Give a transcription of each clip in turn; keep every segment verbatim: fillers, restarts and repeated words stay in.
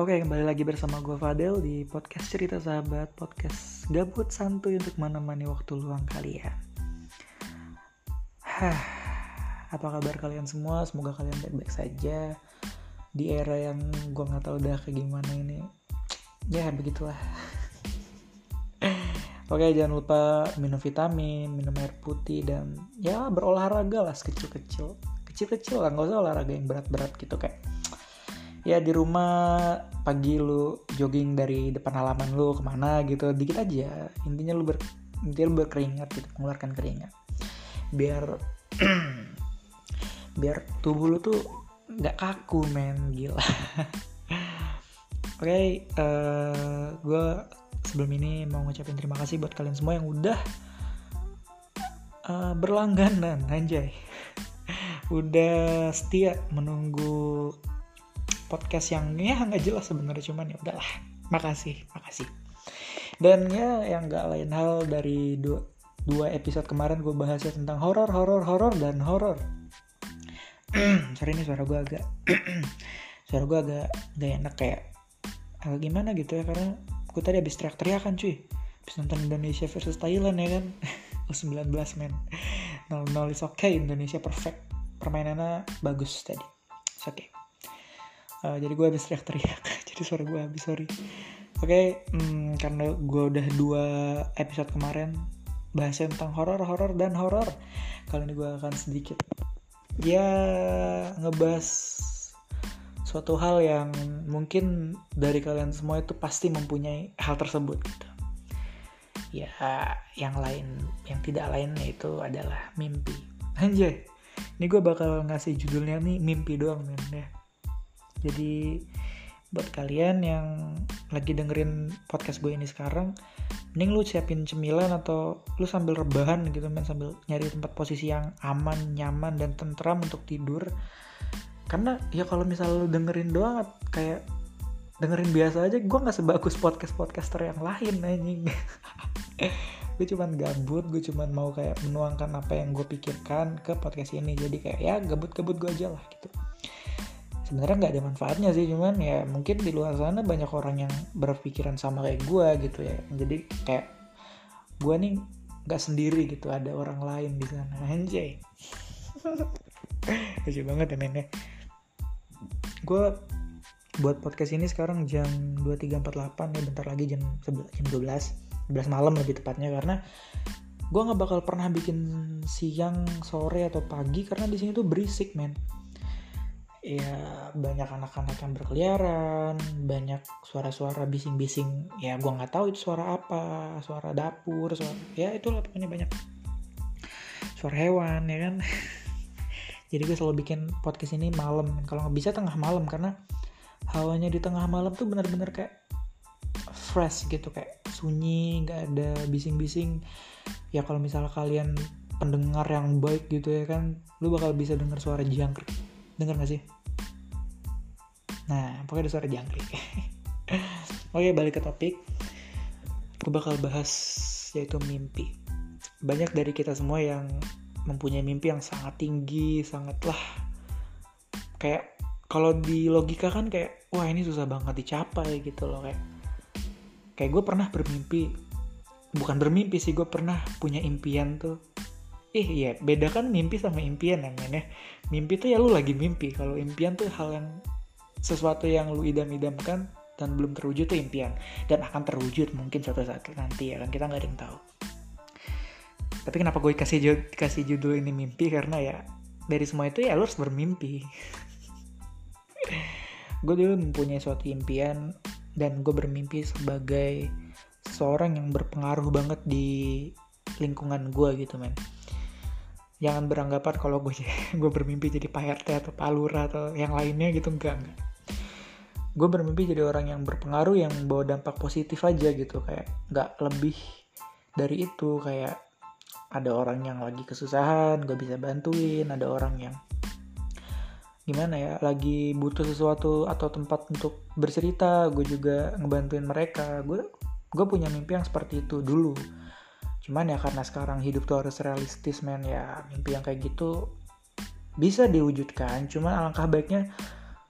Oke, kembali lagi bersama gue Fadel di podcast Cerita Sahabat, podcast gabut santuy untuk menemani waktu luang kalian. Hah, apa kabar kalian semua? Semoga kalian baik-baik saja di era yang gue nggak tahu udah kayak gimana ini. Ya begitulah. Oke, jangan lupa minum vitamin, minum air putih, dan ya berolahraga lah sekecil-kecil. Kecil-kecil lah, nggak usah olahraga yang berat-berat gitu kayak. Ya di rumah pagi lu jogging dari depan halaman lu kemana gitu, dikit aja. Intinya lu ber, intinya lu berkeringat gitu, mengeluarkan keringat. Biar biar tubuh lu tuh nggak kaku men, gila. Oke, okay, uh, gue sebelum ini mau ngucapin terima kasih buat kalian semua yang udah uh, berlangganan, anjay. Udah setia menunggu podcast yang ya nggak jelas sebenarnya, cuman ya udahlah, makasih makasih. Dan ya yang nggak lain hal dari dua, dua episode kemarin gue bahasnya tentang horor horor horor dan horor. Sorry ini suara gue agak suara gue agak gak enak kayak agak gimana gitu ya, karena gue tadi habis teriak-teriakan cuy, habis nonton Indonesia versus Thailand ya kan. U sembilan belas men, nol nol is okay, Indonesia perfect, permainannya bagus tadi, oke okay. Uh, jadi gue habis teriak-teriak, jadi suara gue habis, sorry. Oke, okay, hmm, karena gue udah dua episode kemarin bahasnya tentang horor-horor dan horor, kali ini gue akan sedikit ya ngebahas suatu hal yang mungkin dari kalian semua itu pasti mempunyai hal tersebut gitu. Ya, yang lain, yang tidak lain itu adalah mimpi. Anjay, ini gue bakal ngasih judulnya nih mimpi doang men ya. Jadi buat kalian yang lagi dengerin podcast gue ini sekarang, mending lu siapin cemilan atau lu sambil rebahan gitu men, sambil nyari tempat posisi yang aman, nyaman, dan tentram untuk tidur. Karena ya kalau misalnya lu dengerin doang kayak dengerin biasa aja, gue gak sebagus podcast-podcaster yang lain anjing. Gue cuman gabut, gue cuman mau kayak menuangkan apa yang gue pikirkan ke podcast ini. Jadi kayak ya gabut-gabut gue aja lah gitu. Sebenarnya nggak ada manfaatnya sih, cuman ya mungkin di luar sana banyak orang yang berpikiran sama kayak gue gitu ya. Jadi kayak gue nih nggak sendiri gitu, ada orang lain di sana. Anjay, lucu banget ya mainnya. Gue buat podcast ini sekarang jam dua puluh tiga empat puluh delapan ya, bentar lagi jam sebelas, jam dua belas malam lebih tepatnya, karena gue nggak bakal pernah bikin siang, sore atau pagi karena di sini tuh berisik men. Ya banyak anak-anak yang berkeliaran, banyak suara-suara bising-bising, ya gue nggak tahu itu suara apa, suara dapur, suara ya itulah pokoknya banyak suara hewan ya kan. Jadi gue selalu bikin podcast ini malam, kalau nggak bisa tengah malam, karena hawanya di tengah malam tuh benar-benar kayak fresh gitu, kayak sunyi, nggak ada bising-bising. Ya kalau misalnya kalian pendengar yang baik gitu ya kan, lu bakal bisa dengar suara jangkrik. Dengar gak sih? Nah, pokoknya ada suara jangkrik. Oke, balik ke topik. Gue bakal bahas yaitu mimpi. Banyak dari kita semua yang mempunyai mimpi yang sangat tinggi, sangatlah kayak kalau di logika kan kayak wah ini susah banget dicapai gitu loh, kayak kayak gue pernah bermimpi. Bukan bermimpi sih, gue pernah punya impian tuh. Eh iya, beda kan mimpi sama impian ya men ya. Mimpi tuh ya lu lagi mimpi. Kalau impian tuh hal yang sesuatu yang lu idam-idamkan dan belum terwujud tuh impian. Dan akan terwujud mungkin suatu saat nanti ya kan, kita gak ada yang tahu. Tapi kenapa gue kasih, kasih judul ini mimpi, karena ya dari semua itu ya lu harus bermimpi. Gue dulu mempunyai suatu impian dan gue bermimpi sebagai seseorang yang berpengaruh banget di lingkungan gue gitu men. Jangan beranggapan kalau gue gue bermimpi jadi Pak R T atau Pak Lurah atau yang lainnya gitu, enggak enggak. Gue bermimpi jadi orang yang berpengaruh, yang bawa dampak positif aja gitu, kayak nggak lebih dari itu. Kayak ada orang yang lagi kesusahan, gue bisa bantuin. Ada orang yang gimana ya, lagi butuh sesuatu atau tempat untuk bercerita, gue juga ngebantuin mereka. Gue gue punya mimpi yang seperti itu dulu. Cuman ya karena sekarang hidup tuh harus realistis men, ya mimpi yang kayak gitu bisa diwujudkan, cuman alangkah baiknya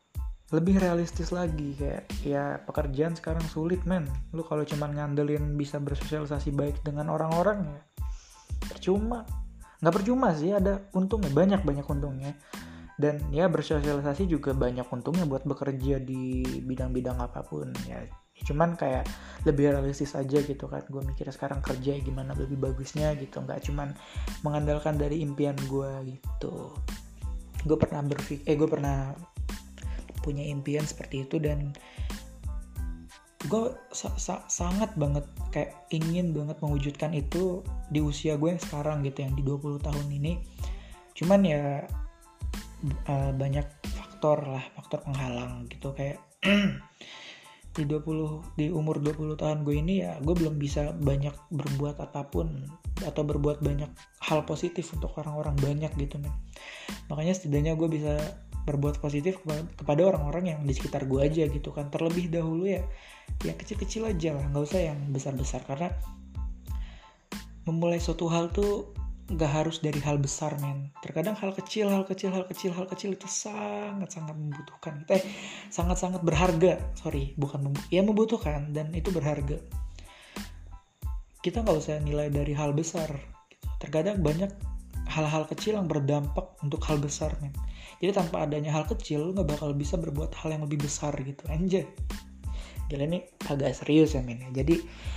lebih realistis lagi. Kayak ya pekerjaan sekarang sulit men, lu kalau cuman ngandelin bisa bersosialisasi baik dengan orang-orang ya percuma. Nggak percuma sih, ada untungnya, banyak-banyak untungnya. Dan ya bersosialisasi juga banyak untungnya buat bekerja di bidang-bidang apapun ya. Cuman kayak lebih realistis aja gitu kan, gue mikir sekarang kerja gimana lebih bagusnya gitu, nggak cuman mengandalkan dari impian gue gitu. Gue pernah berpikir, eh gue pernah punya impian seperti itu, dan gue sa- sa- sangat banget kayak ingin banget mewujudkan itu di usia gue yang sekarang gitu, yang di dua puluh tahun ini. Cuman ya uh, banyak faktor lah, faktor penghalang gitu. Kayak di dua puluh di umur dua puluh tahun gue ini ya gue belum bisa banyak berbuat apapun atau berbuat banyak hal positif untuk orang-orang banyak gitu men. Makanya setidaknya gue bisa berbuat positif kepada orang-orang yang di sekitar gue aja gitu kan. Terlebih dahulu ya yang kecil-kecil aja lah, nggak usah yang besar-besar, karena memulai suatu hal tuh nggak harus dari hal besar men. Terkadang hal kecil, hal kecil, hal kecil, hal kecil itu sangat-sangat membutuhkan. Eh, sangat-sangat berharga. Sorry, bukan membu- ya membutuhkan, dan itu berharga. Kita nggak usah nilai dari hal besar. Terkadang banyak hal-hal kecil yang berdampak untuk hal besar men. Jadi tanpa adanya hal kecil, lu nggak bakal bisa berbuat hal yang lebih besar gitu. Anjay. Gila, ini agak serius ya men. Jadi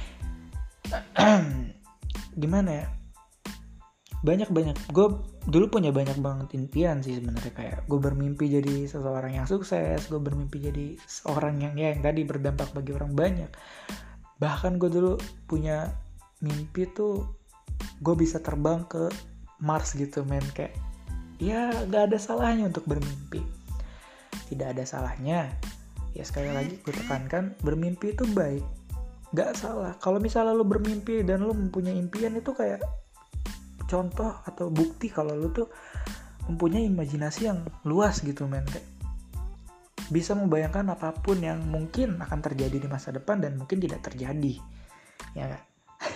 gimana ya? Banyak-banyak, gue dulu punya banyak banget impian sih sebenarnya. Kayak gue bermimpi jadi seseorang yang sukses, gue bermimpi jadi seorang yang ya yang tadi berdampak bagi orang banyak. Bahkan gue dulu punya mimpi tuh gue bisa terbang ke Mars gitu men. Kayak ya gak ada salahnya untuk bermimpi, tidak ada salahnya. Ya sekali lagi gue tekankan, bermimpi itu baik, gak salah. Kalau misalnya lo bermimpi dan lo mempunyai impian, itu kayak contoh atau bukti kalau lu tuh mempunyai imajinasi yang luas gitu men. Kayak bisa membayangkan apapun yang mungkin akan terjadi di masa depan dan mungkin tidak terjadi, ya gak?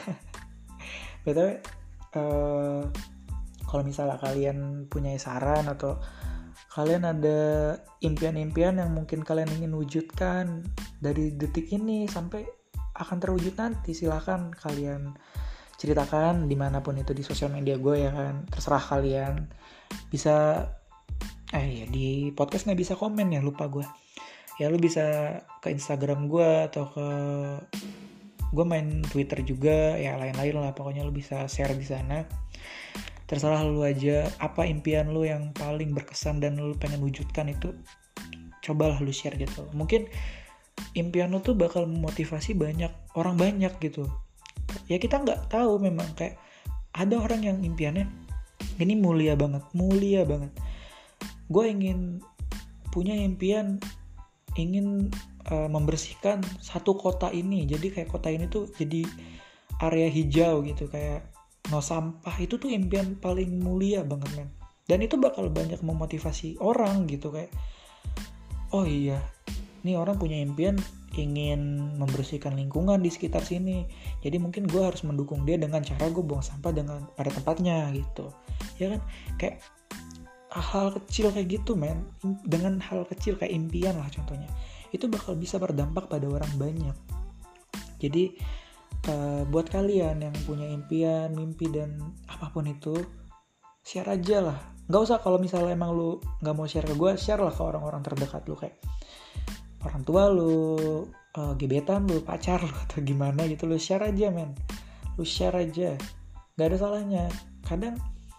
Betul. Uh, kalau misalnya kalian punya saran atau kalian ada impian-impian yang mungkin kalian ingin wujudkan dari detik ini sampai akan terwujud nanti, silakan kalian ceritakan dimanapun itu, di sosial media gue ya kan, terserah kalian. Bisa eh ya di podcast nggak bisa komen ya, lupa gue ya. Lu bisa ke Instagram gue atau ke gue main Twitter juga ya, lain-lain lah pokoknya. Lu bisa share di sana, terserah lu aja apa impian lu yang paling berkesan dan lu pengen wujudkan, itu cobalah lu share gitu. Mungkin impian lu tuh bakal memotivasi banyak orang banyak gitu. Ya kita nggak tahu, memang kayak ada orang yang impiannya ini mulia banget, mulia banget. Gue ingin punya impian, ingin uh, membersihkan satu kota ini. Jadi kayak kota ini tuh jadi area hijau gitu, kayak no sampah. Itu tuh impian paling mulia banget men. Dan itu bakal banyak memotivasi orang gitu, kayak oh iya, nih orang punya impian ingin membersihkan lingkungan di sekitar sini, jadi mungkin gue harus mendukung dia dengan cara gue buang sampah dengan pada tempatnya gitu, ya kan? Kayak hal kecil kayak gitu men, dengan hal kecil kayak impian lah contohnya, itu bakal bisa berdampak pada orang banyak. Jadi uh, buat kalian yang punya impian, mimpi dan apapun itu, share aja lah. Nggak usah, kalau misalnya emang lu nggak mau share ke gue, share lah ke orang-orang terdekat lu, kayak orang tua lu, uh, gebetan lu, pacar lu, atau gimana gitu. Lu share aja men, lu share aja, gak ada salahnya. Kadang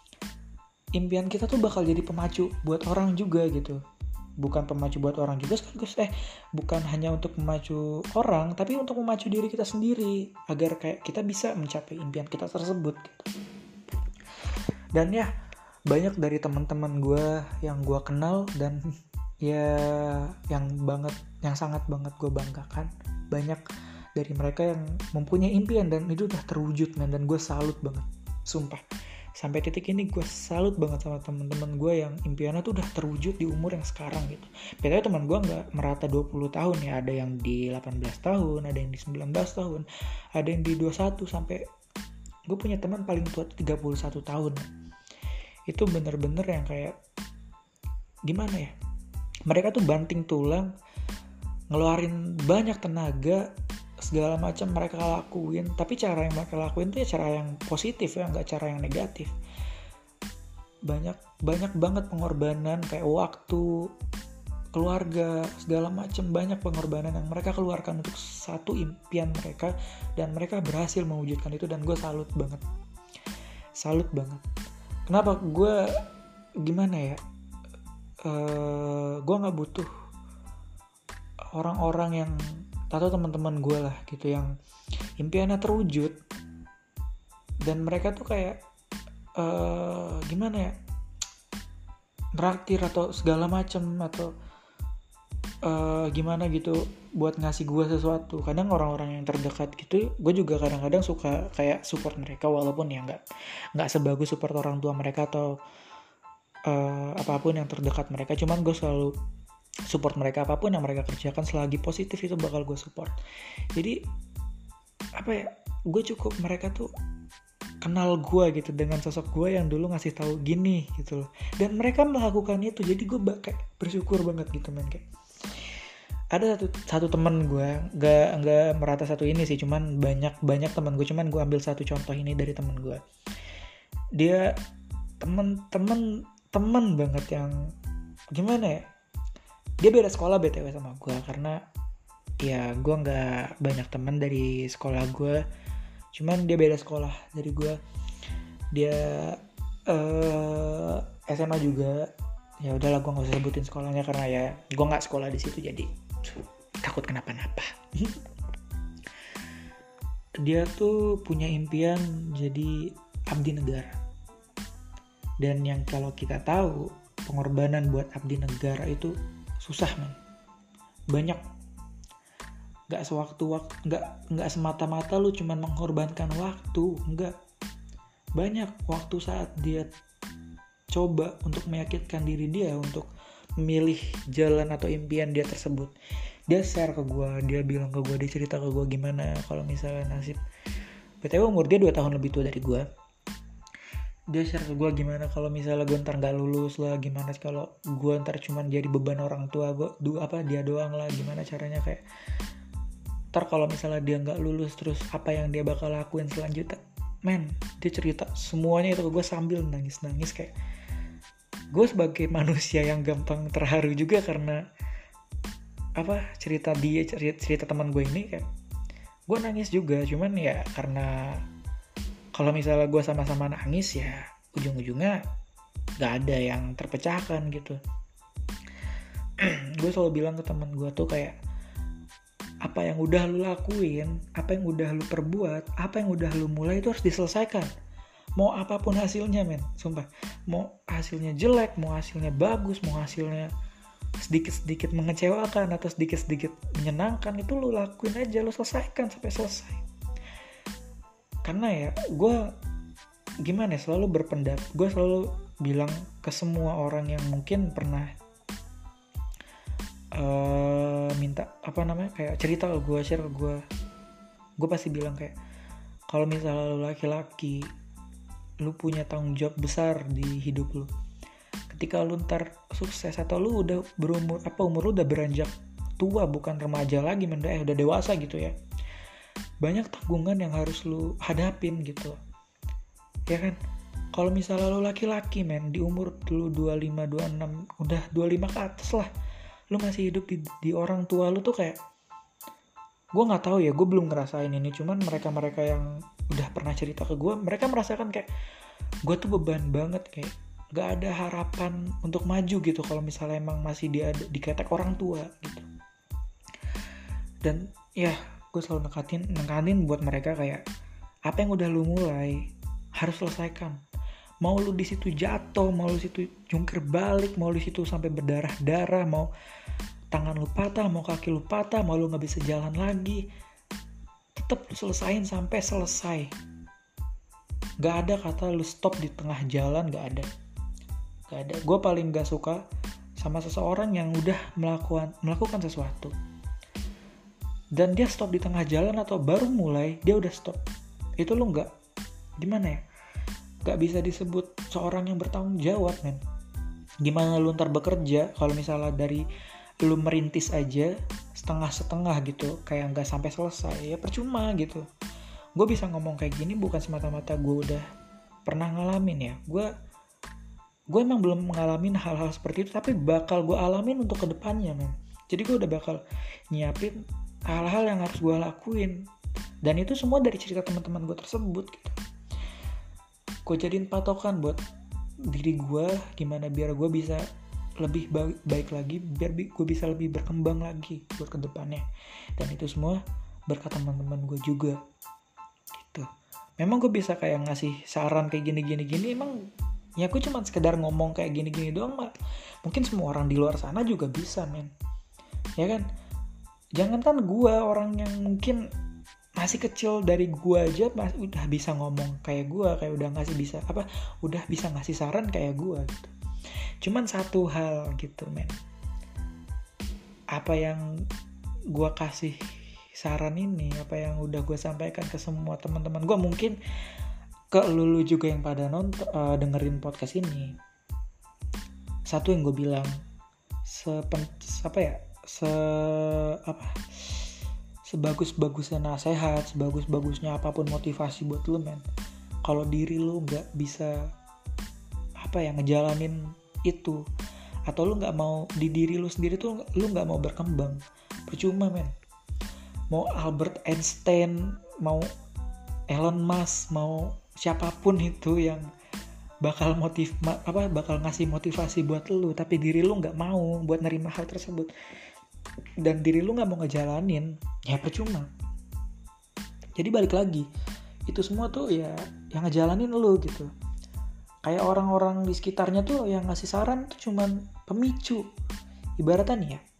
impian kita tuh bakal jadi pemacu buat orang juga gitu. Bukan pemacu buat orang juga sekaligus eh bukan hanya untuk memacu orang, tapi untuk memacu diri kita sendiri agar kayak kita bisa mencapai impian kita tersebut gitu. Dan ya banyak dari teman-teman gue yang gue kenal dan ya yang banget, yang sangat banget gue banggakan, banyak dari mereka yang mempunyai impian dan itu udah terwujud men. Dan gue salut banget, sumpah. Sampai titik ini gue salut banget sama teman-teman gue yang impiannya tuh udah terwujud di umur yang sekarang gitu. Bedanya teman gue gak merata dua puluh tahun ya, ada yang di delapan belas tahun, ada yang di sembilan belas tahun, ada yang di dua puluh satu, sampai gue punya teman paling tua tiga puluh satu tahun. Itu bener-bener yang kayak gimana ya, mereka tuh banting tulang, ngeluarin banyak tenaga, segala macam mereka lakuin, tapi cara yang mereka lakuin tuh ya cara yang positif ya, nggak cara yang negatif. Banyak banyak banget pengorbanan kayak waktu, keluarga, segala macam, banyak pengorbanan yang mereka keluarkan untuk satu impian mereka, dan mereka berhasil mewujudkan itu, dan gue salut banget. Salut banget. Kenapa? Gue gimana ya? Uh, gue nggak butuh orang-orang yang atau teman-teman gue lah gitu yang impiannya terwujud dan mereka tuh kayak uh, gimana ya, traktir atau segala macam atau uh, gimana gitu buat ngasih gue sesuatu. Kadang orang-orang yang terdekat gitu gue juga kadang-kadang suka kayak support mereka, walaupun ya nggak nggak sebagus support orang tua mereka atau uh, apapun yang terdekat mereka, cuman gue selalu support mereka apapun yang mereka kerjakan, selagi positif itu bakal gue support. Jadi apa ya, gue cukup mereka tuh kenal gue gitu dengan sosok gue yang dulu ngasih tahu gini gitu loh, dan mereka melakukan itu, jadi gue kayak bersyukur banget gitu men. Kayak ada satu satu teman gue, nggak nggak merata satu ini sih, cuman banyak banyak teman gue, cuman gue ambil satu contoh ini dari teman gue. Dia temen-temen temen banget yang gimana ya, dia beda sekolah B T W sama gue, karena ya gue nggak banyak teman dari sekolah gue, cuman dia beda sekolah dari gue. Dia uh, S M A juga, ya udahlah gue nggak usah sebutin sekolahnya karena ya gue nggak sekolah di situ, jadi takut kenapa-napa. Dia tuh punya impian jadi abdi negara, dan yang kalau kita tahu pengorbanan buat abdi negara itu susah man, banyak. Gak sewaktu-waktu, gak, gak semata-mata lu cuman mengorbankan waktu, enggak. Banyak waktu saat dia coba untuk meyakinkan diri dia untuk memilih jalan atau impian dia tersebut. Dia share ke gue, dia bilang ke gue, dia cerita ke gue gimana kalau misalnya nasib, B T W umur dia dua tahun lebih tua dari gue. Dia share ke gue gimana kalau misalnya gue ntar gak lulus lah, gimana kalau gue ntar cuman jadi beban orang tua gue, du, apa dia doang lah, gimana caranya kayak ntar kalau misalnya dia gak lulus terus apa yang dia bakal lakuin selanjutnya. Men, dia cerita semuanya itu ke gue sambil nangis-nangis. Kayak gue sebagai manusia yang gampang terharu juga karena apa cerita dia, cerita, cerita teman gue ini, kayak gue nangis juga. Cuman ya karena kalau misalnya gue sama-sama nangis ya ujung-ujungnya gak ada yang terpecahkan gitu. Gue selalu bilang ke teman gue tuh kayak, apa yang udah lu lakuin, apa yang udah lu perbuat, apa yang udah lu mulai itu harus diselesaikan. Mau apapun hasilnya men, sumpah. Mau hasilnya jelek, mau hasilnya bagus, mau hasilnya sedikit-sedikit mengecewakan atau sedikit-sedikit menyenangkan, itu lu lakuin aja, lu selesaikan sampai selesai. Karena ya gue gimana ya, selalu berpendapat, gue selalu bilang ke semua orang yang mungkin pernah uh, minta apa namanya kayak cerita ke gue, share ke gue, gue pasti bilang kayak, kalau misalnya lu laki-laki, lu punya tanggung jawab besar di hidup lu. Ketika lu ntar sukses atau lu udah berumur apa umur lu udah beranjak tua, bukan remaja lagi, mendah eh udah dewasa gitu ya, banyak tanggungan yang harus lu hadapin gitu, ya kan? Kalau misalnya lu laki-laki men, di umur lu dua puluh lima, dua puluh enam, udah dua puluh lima ke atas lah, lu masih hidup di, di orang tua lu tuh kayak, gue nggak tahu ya, gue belum ngerasain ini, cuman mereka-mereka yang udah pernah cerita ke gue, mereka merasakan kayak gue tuh beban banget, kayak gak ada harapan untuk maju gitu kalau misalnya emang masih di, di ketek orang tua gitu. Dan ya gue selalu nekatin, nekatin buat mereka kayak, apa yang udah lu mulai harus selesaikan. Mau lu di situ jatuh, mau lu di situ jungkir balik, mau lu di situ sampai berdarah-darah, mau tangan lu patah, mau kaki lu patah, mau lu nggak bisa jalan lagi, tetap lu selesain sampai selesai. Gak ada kata lu stop di tengah jalan, gak ada, gak ada. Gue paling gak suka sama seseorang yang udah melakukan melakukan sesuatu dan dia stop di tengah jalan atau baru mulai dia udah stop. Itu lu gak, gimana ya, gak bisa disebut seorang yang bertanggung jawab men. Gimana lu ntar bekerja kalau misalnya dari lu merintis aja setengah-setengah gitu, kayak nggak sampai selesai, ya percuma gitu. Gue bisa ngomong kayak gini bukan semata-mata gue udah pernah ngalamin ya. Gue gue emang belum ngalamin hal-hal seperti itu, tapi bakal gue alamin untuk kedepannya, men. Jadi gue udah bakal nyiapin hal-hal yang harus gue lakuin, dan itu semua dari cerita teman-teman gue tersebut gitu. Gue jadiin patokan buat diri gue, gimana biar gue bisa lebih baik, baik lagi, biar gue bisa lebih berkembang lagi buat kedepannya. Dan itu semua berkat teman-teman gue juga gitu. Memang gue bisa kayak ngasih saran kayak gini-gini gini, emang ya gue cuma sekedar ngomong kayak gini-gini doang mah. Mungkin semua orang di luar sana juga bisa, men. Ya kan? Jangankan gue, orang yang mungkin masih kecil dari gue aja mas, udah bisa ngomong kayak gue, kayak udah ngasih bisa apa, udah bisa ngasih saran kayak gue gitu. Cuman satu hal gitu, men. Apa yang gue kasih saran ini, apa yang udah gue sampaikan ke semua teman-teman gue, mungkin ke lulu juga yang pada nonton, uh, dengerin podcast ini. Satu yang gue bilang, sepen, apa ya, se apa, sebagus-bagusnya nasihat, sebagus-bagusnya apapun motivasi buat lu, men. Kalau diri lu nggak bisa apa ya ngejalanin itu, atau lu nggak mau di diri lu sendiri tuh, lu nggak mau berkembang, percuma, men. Mau Albert Einstein, mau Elon Musk, mau siapapun itu yang bakal motiv apa bakal ngasih motivasi buat lu, tapi diri lu nggak mau buat nerima hal tersebut, dan diri lu nggak mau ngejalanin, ya percuma. Jadi balik lagi, itu semua tuh ya yang ngejalanin lu gitu. Kayak orang-orang di sekitarnya tuh yang ngasih saran tuh cuman pemicu. Ibaratnya nih ya,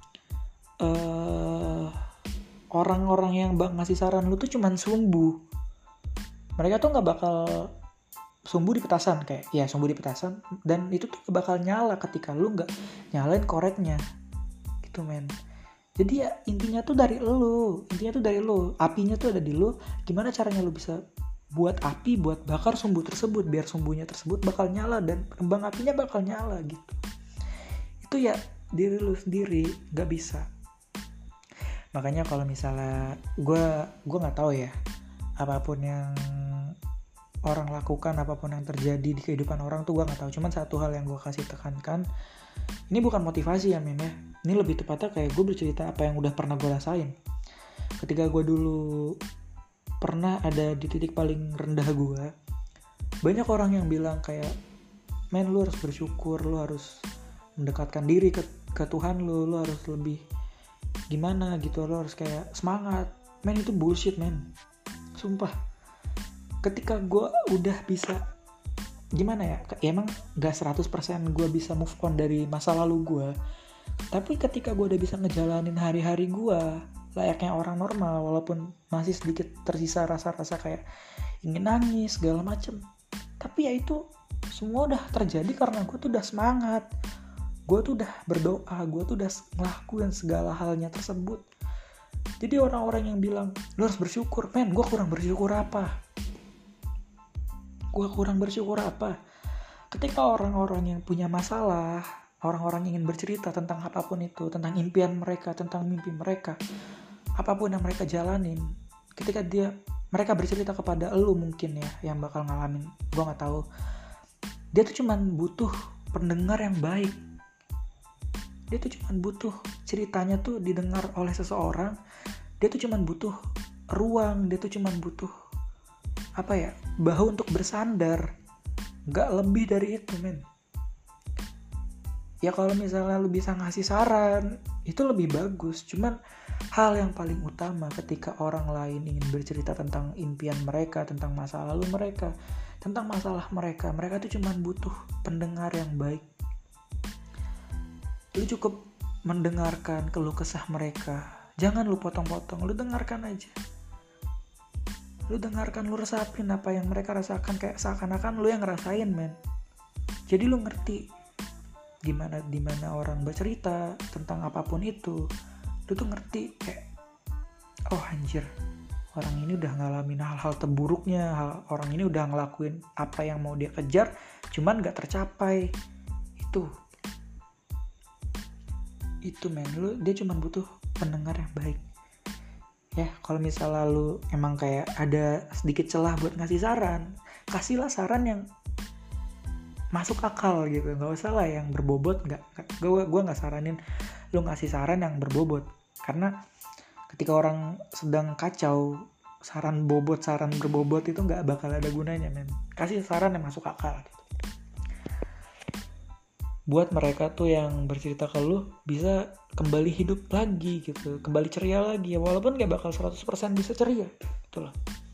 uh, orang-orang yang bang ngasih saran lu tuh cuman sumbu. Mereka tuh nggak bakal sumbu di petasan, kayak ya sumbu di petasan, dan itu tuh gak bakal nyala ketika lu nggak nyalain koreknya, gitu, men. Jadi ya intinya tuh dari lu, intinya tuh dari lu, apinya tuh ada di lu. Gimana caranya lu bisa buat api, buat bakar sumbu tersebut, biar sumbunya tersebut bakal nyala dan kembang apinya bakal nyala gitu. Itu ya diri lu sendiri, nggak bisa. Makanya kalau misalnya gue gue nggak tahu ya, apapun yang orang lakukan, apapun yang terjadi di kehidupan orang tuh gue nggak tahu. Cuman satu hal yang gue kasih tekankan, ini bukan motivasi ya, men ya. Ini lebih tepatnya kayak gue bercerita apa yang udah pernah gue rasain. Ketika gue dulu pernah ada di titik paling rendah gue, banyak orang yang bilang kayak, men lu harus bersyukur, lu harus mendekatkan diri ke, ke Tuhan lu, lu harus lebih gimana gitu, lu harus kayak semangat. Men itu bullshit, men. Sumpah. Ketika gue udah bisa gimana ya, ya emang gak seratus persen gue bisa move on dari masa lalu gue, tapi ketika gue udah bisa ngejalanin hari-hari gue layaknya orang normal, walaupun masih sedikit tersisa rasa-rasa kayak ingin nangis segala macem, tapi ya itu semua udah terjadi karena gue tuh udah semangat, gue tuh udah berdoa, gue tuh udah ngelakuin segala halnya tersebut. Jadi orang-orang yang bilang lu harus bersyukur, men, gue kurang bersyukur apa? Gue kurang bersyukur apa? Ketika orang-orang yang punya masalah, orang-orang yang ingin bercerita tentang apapun itu, tentang impian mereka, tentang mimpi mereka, apapun yang mereka jalanin, ketika dia mereka bercerita kepada elu mungkin ya, yang bakal ngalamin, gue nggak tahu, dia tuh cuman butuh pendengar yang baik. Dia tuh cuman butuh ceritanya tuh didengar oleh seseorang. Dia tuh cuman butuh ruang, dia tuh cuman butuh apa ya, bahu untuk bersandar. Nggak lebih dari itu, men. Ya kalau misalnya lu bisa ngasih saran, itu lebih bagus. Cuman hal yang paling utama ketika orang lain ingin bercerita tentang impian mereka, tentang masa lalu mereka, tentang masalah mereka, mereka tuh cuman butuh pendengar yang baik. Lu cukup mendengarkan keluh kesah mereka. Jangan lu potong-potong, lu dengarkan aja. Lu dengarkan, lu resapin apa yang mereka rasakan, kayak seakan-akan lu yang ngerasain, men. Jadi lu ngerti gimana dimana orang bercerita tentang apapun itu, lu tuh ngerti kayak, oh anjir, orang ini udah ngalamin hal-hal terburuknya, hal, orang ini udah ngelakuin apa yang mau dia kejar, cuman gak tercapai. itu itu men, lu dia cuma butuh pendengar yang baik. Ya kalau misalnya lu emang kayak ada sedikit celah buat ngasih saran, kasihlah saran yang masuk akal gitu, nggak usah lah yang berbobot. Nggak, gue gue nggak saranin lu ngasih saran yang berbobot, karena ketika orang sedang kacau, saran bobot, saran berbobot itu nggak bakal ada gunanya men. Kasih saran yang masuk akal gitu. Buat mereka tuh yang bercerita ke lu bisa kembali hidup lagi gitu, kembali ceria lagi ya, walaupun gak bakal seratus persen bisa ceria gitu loh.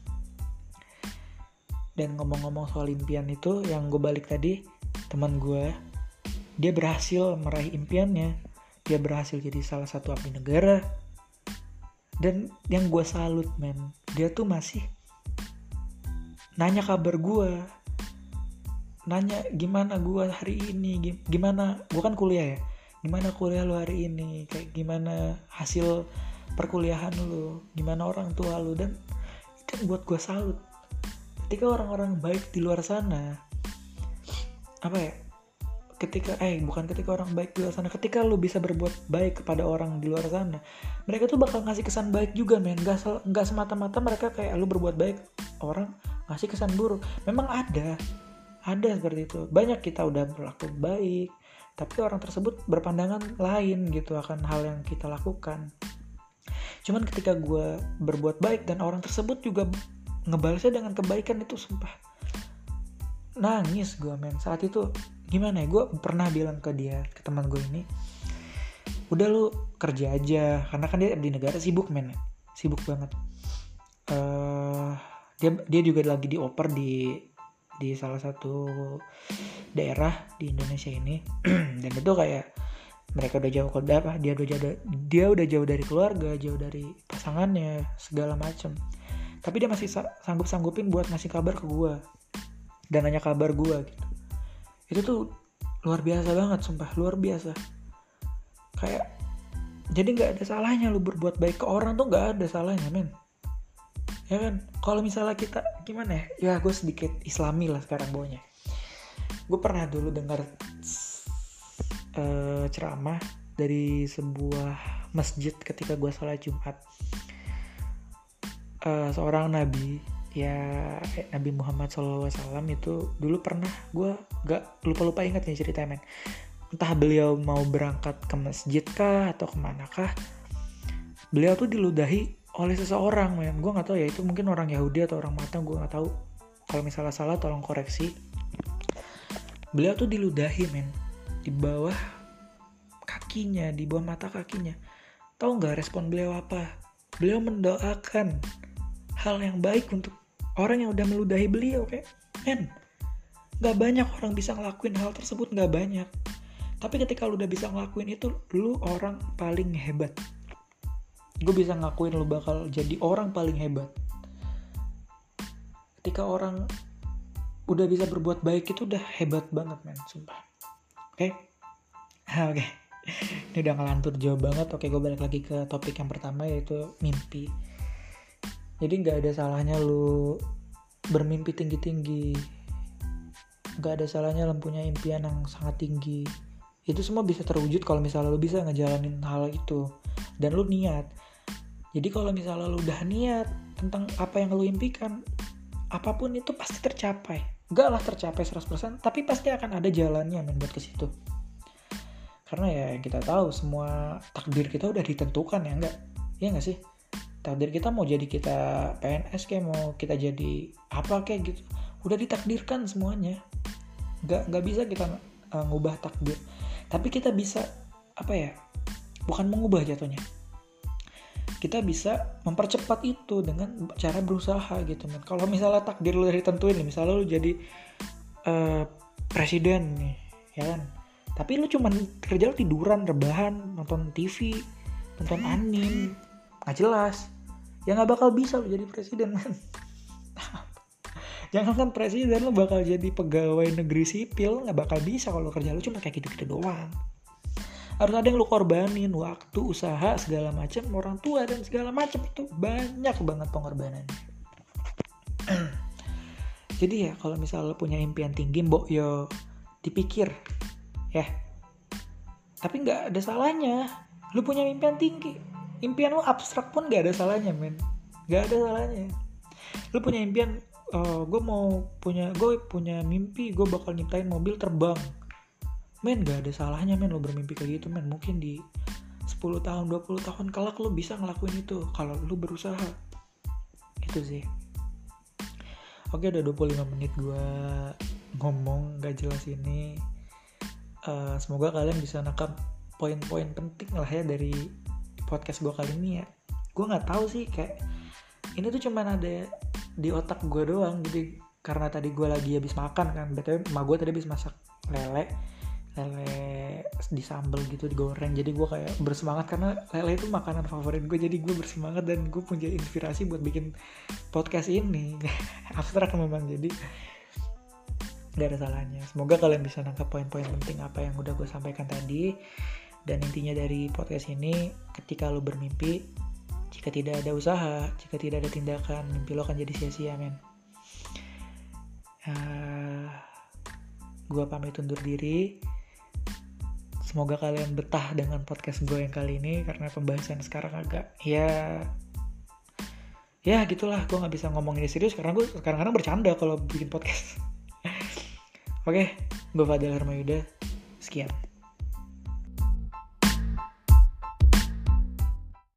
Dan ngomong-ngomong soal impian itu, yang gue balik tadi, teman gue dia berhasil meraih impiannya, dia berhasil jadi salah satu abdi negara. Dan yang gue salut men, dia tuh masih nanya kabar gue, nanya gimana gue hari ini, gimana, gue kan kuliah ya, gimana kuliah lu hari ini, kayak gimana hasil perkuliahan lu, gimana orang tua lu. Dan itu buat gue salut. Ketika orang-orang baik di luar sana, apa ya, ketika, eh bukan ketika orang baik di luar sana, ketika lu bisa berbuat baik kepada orang di luar sana, mereka tuh bakal ngasih kesan baik juga men. Gak, gak semata-mata mereka kayak lu berbuat baik, orang ngasih kesan buruk. Memang ada Ada seperti itu. Banyak kita udah berlaku baik, tapi orang tersebut berpandangan lain gitu akan hal yang kita lakukan. Cuman ketika gue berbuat baik dan orang tersebut juga ngebalasnya dengan kebaikan, itu sumpah nangis gue men. Saat itu gimana ya, gue pernah bilang ke dia, ke teman gue ini, udah lu kerja aja, karena kan dia abdi negara, sibuk men, sibuk banget. Uh, dia dia juga lagi dioper di di salah satu daerah di Indonesia ini. Dan itu kayak mereka udah jauh ke apa dia udah jauh dia udah jauh dari keluarga, jauh dari pasangannya, segala macem. Tapi dia masih sanggup-sanggupin buat ngasih kabar ke gue dan nanya kabar gue gitu. Itu tuh luar biasa banget, sumpah luar biasa. Kayak jadi nggak ada salahnya lu berbuat baik ke orang, tuh nggak ada salahnya men. Ya kan, kalau misalnya kita gimana ya, ya gue sedikit islami lah sekarang bawanya. Gue pernah dulu dengar uh, ceramah dari sebuah masjid ketika gue sholat Jumat. Uh, seorang nabi, ya Nabi Muhammad shallallahu alaihi wasallam itu dulu pernah, gue gak lupa-lupa ingat nih ceritanya men. Entah beliau mau berangkat ke masjid kah atau kemana kah, beliau tuh diludahi oleh seseorang men. Gue nggak tahu ya, itu mungkin orang Yahudi atau orang Batak, gue nggak tahu. Kalau misalnya salah tolong koreksi. Beliau tuh diludahi men, di bawah kakinya, di bawah mata kakinya. Tahu nggak respon beliau apa? Beliau mendoakan hal yang baik untuk orang yang udah meludahi beliau kayak men. Nggak banyak orang bisa ngelakuin hal tersebut, nggak banyak. Tapi ketika lu udah bisa ngelakuin itu, lu orang paling hebat. Gue bisa ngakuin lu bakal jadi orang paling hebat. Ketika orang udah bisa berbuat baik itu udah hebat banget men, sumpah. Oke? Okay? Oke. Okay. Ini udah ngelantur jauh banget. Oke, gue balik lagi ke topik yang pertama, yaitu mimpi. Jadi gak ada salahnya lu bermimpi tinggi-tinggi. Gak ada salahnya lu punya impian yang sangat tinggi. Itu semua bisa terwujud kalau misalnya lu bisa ngejalanin hal itu dan lu niat. Jadi kalau misalnya lu udah niat tentang apa yang lu impikan, apapun itu pasti tercapai. Enggak lah tercapai seratus persen, tapi pasti akan ada jalannya men buat ke situ. Karena ya kita tahu semua takdir kita udah ditentukan ya enggak? Iya enggak sih? Takdir kita mau jadi kita P N S kayak, mau kita jadi apa kayak gitu, udah ditakdirkan semuanya. Enggak enggak bisa kita uh, ngubah takdir. Tapi kita bisa apa ya? Bukan mengubah jatuhnya. Kita bisa mempercepat itu dengan cara berusaha gitu men. Kalau misalnya takdir lu udah ditentuin nih, misalnya lu jadi uh, presiden nih, ya kan? Tapi lu cuman kerja lu tiduran, rebahan, nonton T V, nonton anime, nggak jelas. Ya nggak bakal bisa lu jadi presiden men. Jangan kan presiden, lu bakal jadi pegawai negeri sipil, nggak bakal bisa kalau kerja lu cuma kayak gitu-gitu doang. Harus ada yang lu korbanin, waktu, usaha, segala macam, orang tua dan segala macam, itu banyak banget pengorbanannya. Jadi ya kalau misalnya punya impian tinggi, mbok yo dipikir ya. Tapi nggak ada salahnya lu punya impian tinggi, impian lu abstrak pun nggak ada salahnya men, nggak ada salahnya. Lu punya impian, uh, gue mau punya gue punya mimpi gue bakal nyiptain mobil terbang, men nggak ada salahnya men lu bermimpi kayak gitu men. Mungkin di sepuluh tahun dua puluh tahun kelak lu bisa ngelakuin itu kalau lu berusaha. Itu sih. Oke, udah dua puluh lima menit gue ngomong gak jelas ini. Uh, semoga kalian bisa nangkap poin-poin penting lah ya dari podcast gue kali ini ya. Gue nggak tahu sih, kayak ini tuh cuman ada di otak gue doang. Jadi karena tadi gue lagi habis makan kan, btw emak gue tadi habis masak lele lele disambel gitu, digoreng. Jadi gue kayak bersemangat karena lele itu makanan favorit gue. Jadi gue bersemangat dan gue punya inspirasi buat bikin podcast ini. Abstrak memang, jadi gak ada salahnya. Semoga kalian bisa nangkap poin-poin penting apa yang udah gue sampaikan tadi. Dan intinya dari podcast ini, ketika lo bermimpi, jika tidak ada usaha, jika tidak ada tindakan, mimpi lo akan jadi sia-sia men. uh, Gue pamit undur diri. Semoga kalian betah dengan podcast gue yang kali ini, karena pembahasan sekarang agak ya ya gitulah. Gue nggak bisa ngomong ini serius karena gue kadang-kadang bercanda kalau bikin podcast. Oke, gue Fadil Hermayuda. Sekian.